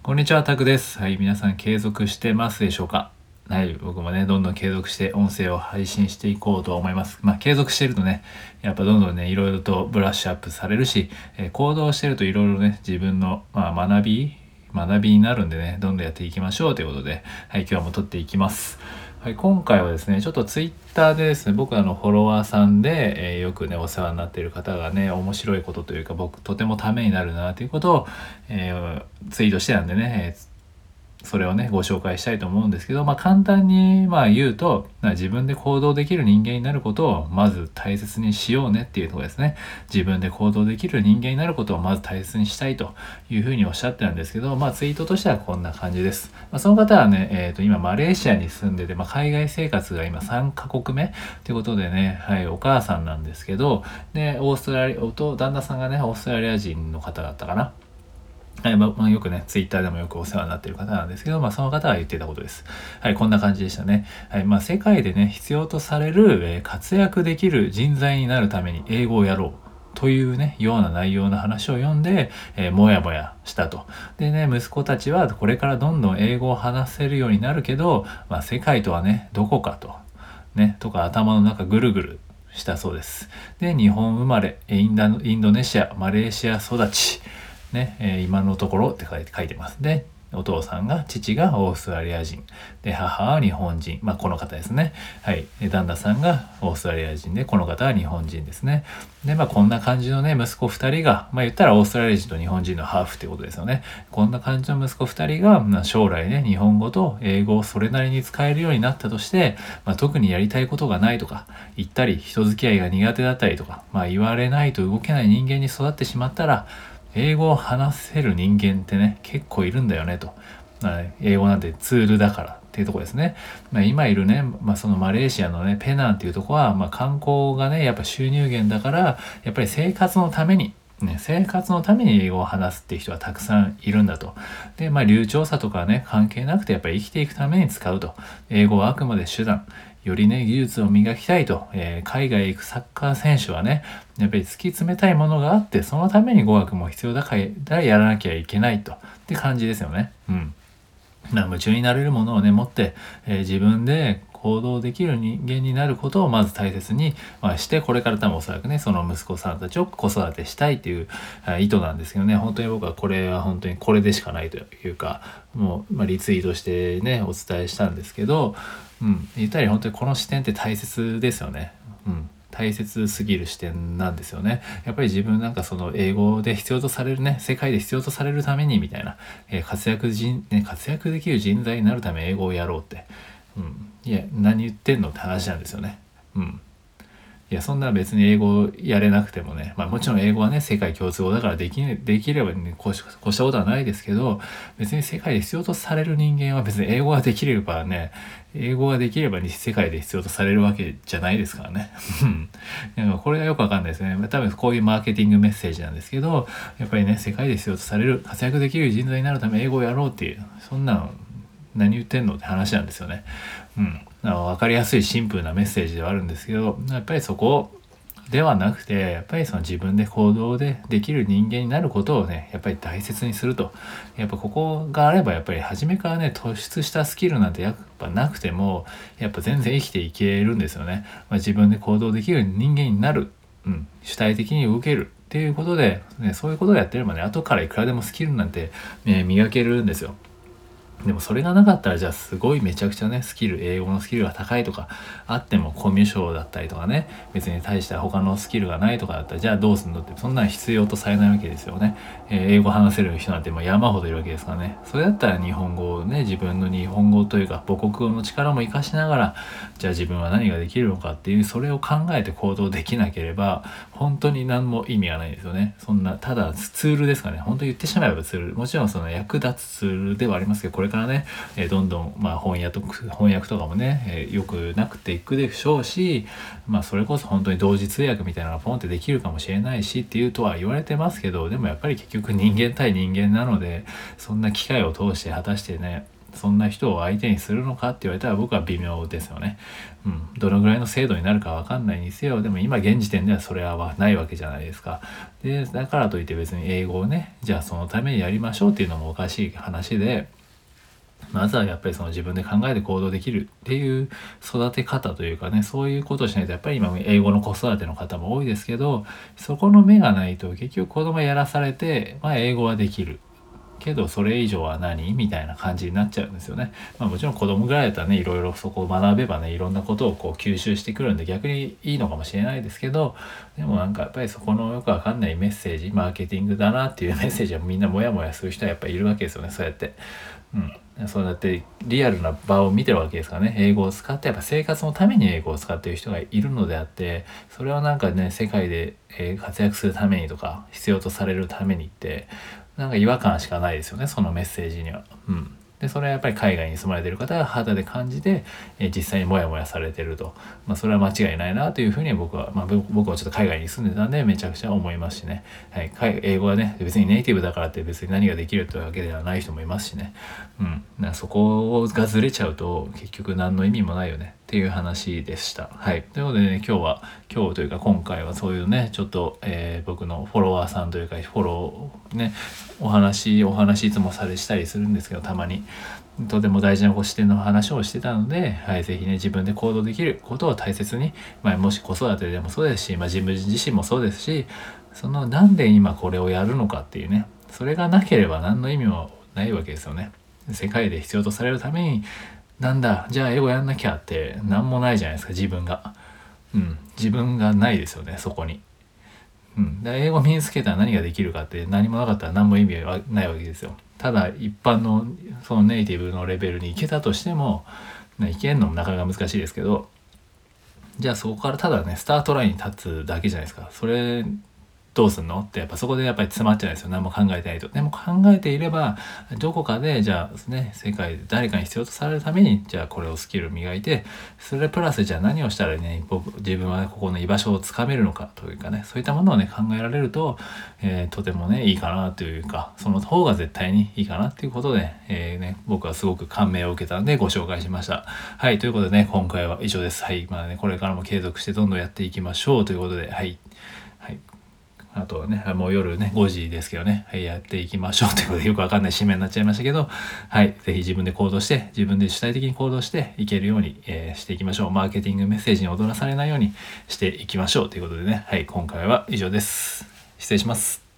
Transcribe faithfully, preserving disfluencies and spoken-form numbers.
こんにちは、タクです。はい、皆さん継続してますでしょうか？はい、僕もね、どんどん継続して音声を配信していこうと思います。まあ、継続してるとね、やっぱどんどんね、いろいろとブラッシュアップされるし、えー行動してるといろいろね、自分の、まあ、学び、学びになるんでね、どんどんやっていきましょうということで、はい、今日も撮っていきます。はい、今回はですね、ちょっとツイッターでですね、僕あのフォロワーさんで、えーよくね、お世話になっている方がね、面白いことというか、僕とてもためになるなということを、えーツイートしてたんでね、えーそれをね、ご紹介したいと思うんですけど、まあ簡単にまあ言うと、まあ自分で行動できる人間になることをまず大切にしようねっていうところですね。自分で行動できる人間になることをまず大切にしたいというふうにおっしゃってたんですけど、まあツイートとしてはこんな感じです。まあ、その方はね、えっと今マレーシアに住んでて、まあ海外生活が今さんカ国目ということでね、はい、お母さんなんですけど、で、オーストラリア、おと旦那さんがね、オーストラリア人の方だったかな。はい、まあ、よくね、ツイッターでもよくお世話になっている方なんですけど、まあ、その方が言ってたことです。はい、こんな感じでしたね。はい、まあ、世界でね、必要とされる、えー活躍できる人材になるために英語をやろう。というね、ような内容の話を読んで、えーもやもやしたと。でね、息子たちはこれからどんどん英語を話せるようになるけど、まあ、世界とはね、どこかと。ね、とか頭の中ぐるぐるしたそうです。で、日本生まれ、インダインドネシア、マレーシア育ち、ね、えー今のところって書いて書いてます。で、お父さんが、父がオーストラリア人。で、母は日本人。まあ、この方ですね。はい。で、旦那さんがオーストラリア人で、この方は日本人ですね。で、まあ、こんな感じのね、息子二人が、まあ、言ったらオーストラリア人と日本人のハーフってことですよね。こんな感じの息子二人が、まあ、将来ね、日本語と英語をそれなりに使えるようになったとして、まあ、特にやりたいことがないとか、言ったり、人付き合いが苦手だったりとか、まあ、言われないと動けない人間に育ってしまったら、英語を話せる人間ってね、結構いるんだよねと。まあ英語なんてツールだからっていうところですね。まあ、今いるね、まあ、そのマレーシアのね、ペナンっていうところは、まあ、観光がね、やっぱ収入源だから、やっぱり生活のために、ね、生活のために英語を話すっていう人はたくさんいるんだと。で、まあ、流暢さとかね、関係なくて、やっぱり生きていくために使うと。英語はあくまで手段。よりね、技術を磨きたいと、えー海外へ行くサッカー選手はね、やっぱり突き詰めたいものがあって、そのために語学も必要だからやらなきゃいけないと。って感じですよね。うん。まあ、夢中になれるものをね、持って、えー自分で行動できる人間になることをまず大切に、まあ、して、これから多分おそらくね、その息子さんたちを子育てしたいっていうあ意図なんですけどね、本当に僕はこれは本当にこれでしかないというか、もう、まあ、リツイートしてね、お伝えしたんですけど、うん、言ったり本当にこの視点って大切ですよね。うん。大切すぎる視点なんですよね。やっぱり自分なんかその英語で必要とされるね、世界で必要とされるためにみたいな、えー活躍人、ね、活躍できる人材になるため英語をやろうって。うん。いや、何言ってんのって話なんですよね。うん。いや、そんな別に英語やれなくてもね、まあもちろん英語はね、世界共通語だからでき、できればね、こうし、こうしたことはないですけど、別に世界で必要とされる人間は別に英語ができればね、英語ができれば世界で必要とされるわけじゃないですからね。うんなんかこれがよくわかんないですね。多分こういうマーケティングメッセージなんですけど、やっぱりね、世界で必要とされる、活躍できる人材になるため英語をやろうっていう、そんなの何言ってんのって話なんですよね。うん。分かりやすいシンプルなメッセージではあるんですけど、やっぱりそこではなくて、やっぱりその自分で行動でできる人間になることをね、やっぱり大切にすると。やっぱここがあれば、やっぱり初めからね、突出したスキルなんてやっぱなくても、やっぱ全然生きていけるんですよね。まあ、自分で行動できる人間になる。うん。主体的に動ける。っていうことで、ね、そういうことをやってればね、後からいくらでもスキルなんて、ね、磨けるんですよ。でもそれがなかったらじゃあすごいめちゃくちゃねスキル英語のスキルが高いとかあってもコミュ障だったりとかね別に対して他のスキルがないとかだったらじゃあどうすんのってそんなの必要とされないわけですよね、えー英語話せる人なんてもう山ほどいるわけですからねそれだったら日本語をね自分の日本語というか母国語の力も活かしながらじゃあ自分は何ができるのかっていうそれを考えて行動できなければ本当に何も意味がないんですよねそんなただツールですかね本当に言ってしまえばツールもちろんその役立つツールではありますけどこれからね、えーどんどん、まあ、翻訳と翻訳とかもね、えー、よくなくていくでしょうし、まあ、それこそ本当に同時通訳みたいなのがポンってできるかもしれないしっていうとは言われてますけどでもやっぱり結局人間対人間なのでそんな機械を通して果たしてねそんな人を相手にするのかって言われたら僕は微妙ですよね。うん、どのぐらいの精度になるかわかんないにせよ、でも今現時点ではそれはないわけじゃないですか。でだからといって別に英語をねじゃあそのためにやりましょうっていうのもおかしい話で、まずはやっぱりその自分で考えて行動できるっていう育て方というかね、そういうことをしないとやっぱり今英語の子育ての方も多いですけど、そこの目がないと結局子供やらされて、まあ、英語はできるけどそれ以上は何みたいな感じになっちゃうんですよね。まあもちろん子供ぐらいだったらねいろいろそこを学べばねいろんなことをこう吸収してくるんで逆にいいのかもしれないですけど、でもなんかやっぱりそこのよくわかんないメッセージマーケティングだなっていうメッセージはみんなモヤモヤする人はやっぱりいるわけですよね、そうやって。うん、そうやってリアルな場を見てるわけですからね。英語を使ってやっぱ生活のために英語を使っている人がいるのであって、それはなんかね世界で活躍するためにとか必要とされるためにってなんか違和感しかないですよね、そのメッセージには。うん、でそれはやっぱり海外に住まれている方が肌で感じて、えー、実際にモヤモヤされてると、まあ、それは間違いないなというふうに僕は、まあ、僕はちょっと海外に住んでたんでめちゃくちゃ思いますしね、はい、英語はね別にネイティブだからって別に何ができるというわけではない人もいますしね、うん、なそこがずれちゃうと結局何の意味もないよねっていう話でした。はい、ということでね今日は今日というか今回はそういうねちょっと、えー、僕のフォロワーさんというかフォローねお話お話いつもされしたりするんですけど、たまにとても大事な視点の話をしてたので、はい、ぜひね自分で行動できることを大切に、まあ、もし子育てでもそうですし、まあ、自分自身もそうですし、そのなんで今これをやるのかっていうね、それがなければ何の意味もないわけですよね。世界で必要とされるためになんだじゃあ英語やんなきゃって何もないじゃないですか自分が。うん、自分がないですよねそこに。うん、で英語身につけたら何ができるかって何もなかったら何も意味はないわけですよ。ただ一般のそのネイティブのレベルに行けたとしても、ね、行けんのもなかなか難しいですけど、じゃあそこからただねスタートラインに立つだけじゃないですか。それどうすんのってやっぱそこでやっぱり詰まっちゃうんですよ。何も考えてないと。でも考えていればどこかでじゃあね世界で誰かに必要とされるためにじゃあこれをスキル磨いて、それプラスじゃあ何をしたらね僕自分はここの居場所をつかめるのかというかね、そういったものをね考えられると、えー、とてもねいいかなというかその方が絶対にいいかなっていうことで、えーね、僕はすごく感銘を受けたんでご紹介しました。はい、ということでね今回は以上です。はい、まあねこれからも継続してどんどんやっていきましょうということで、はい。はいあとはね、もう夜ね、ごじですけどね、はい、やっていきましょうということで、よくわかんない締めになっちゃいましたけど、はい、ぜひ自分で行動して、自分で主体的に行動していけるように、えーしていきましょう。マーケティングメッセージに踊らされないようにしていきましょうということでね、はい、今回は以上です。失礼します。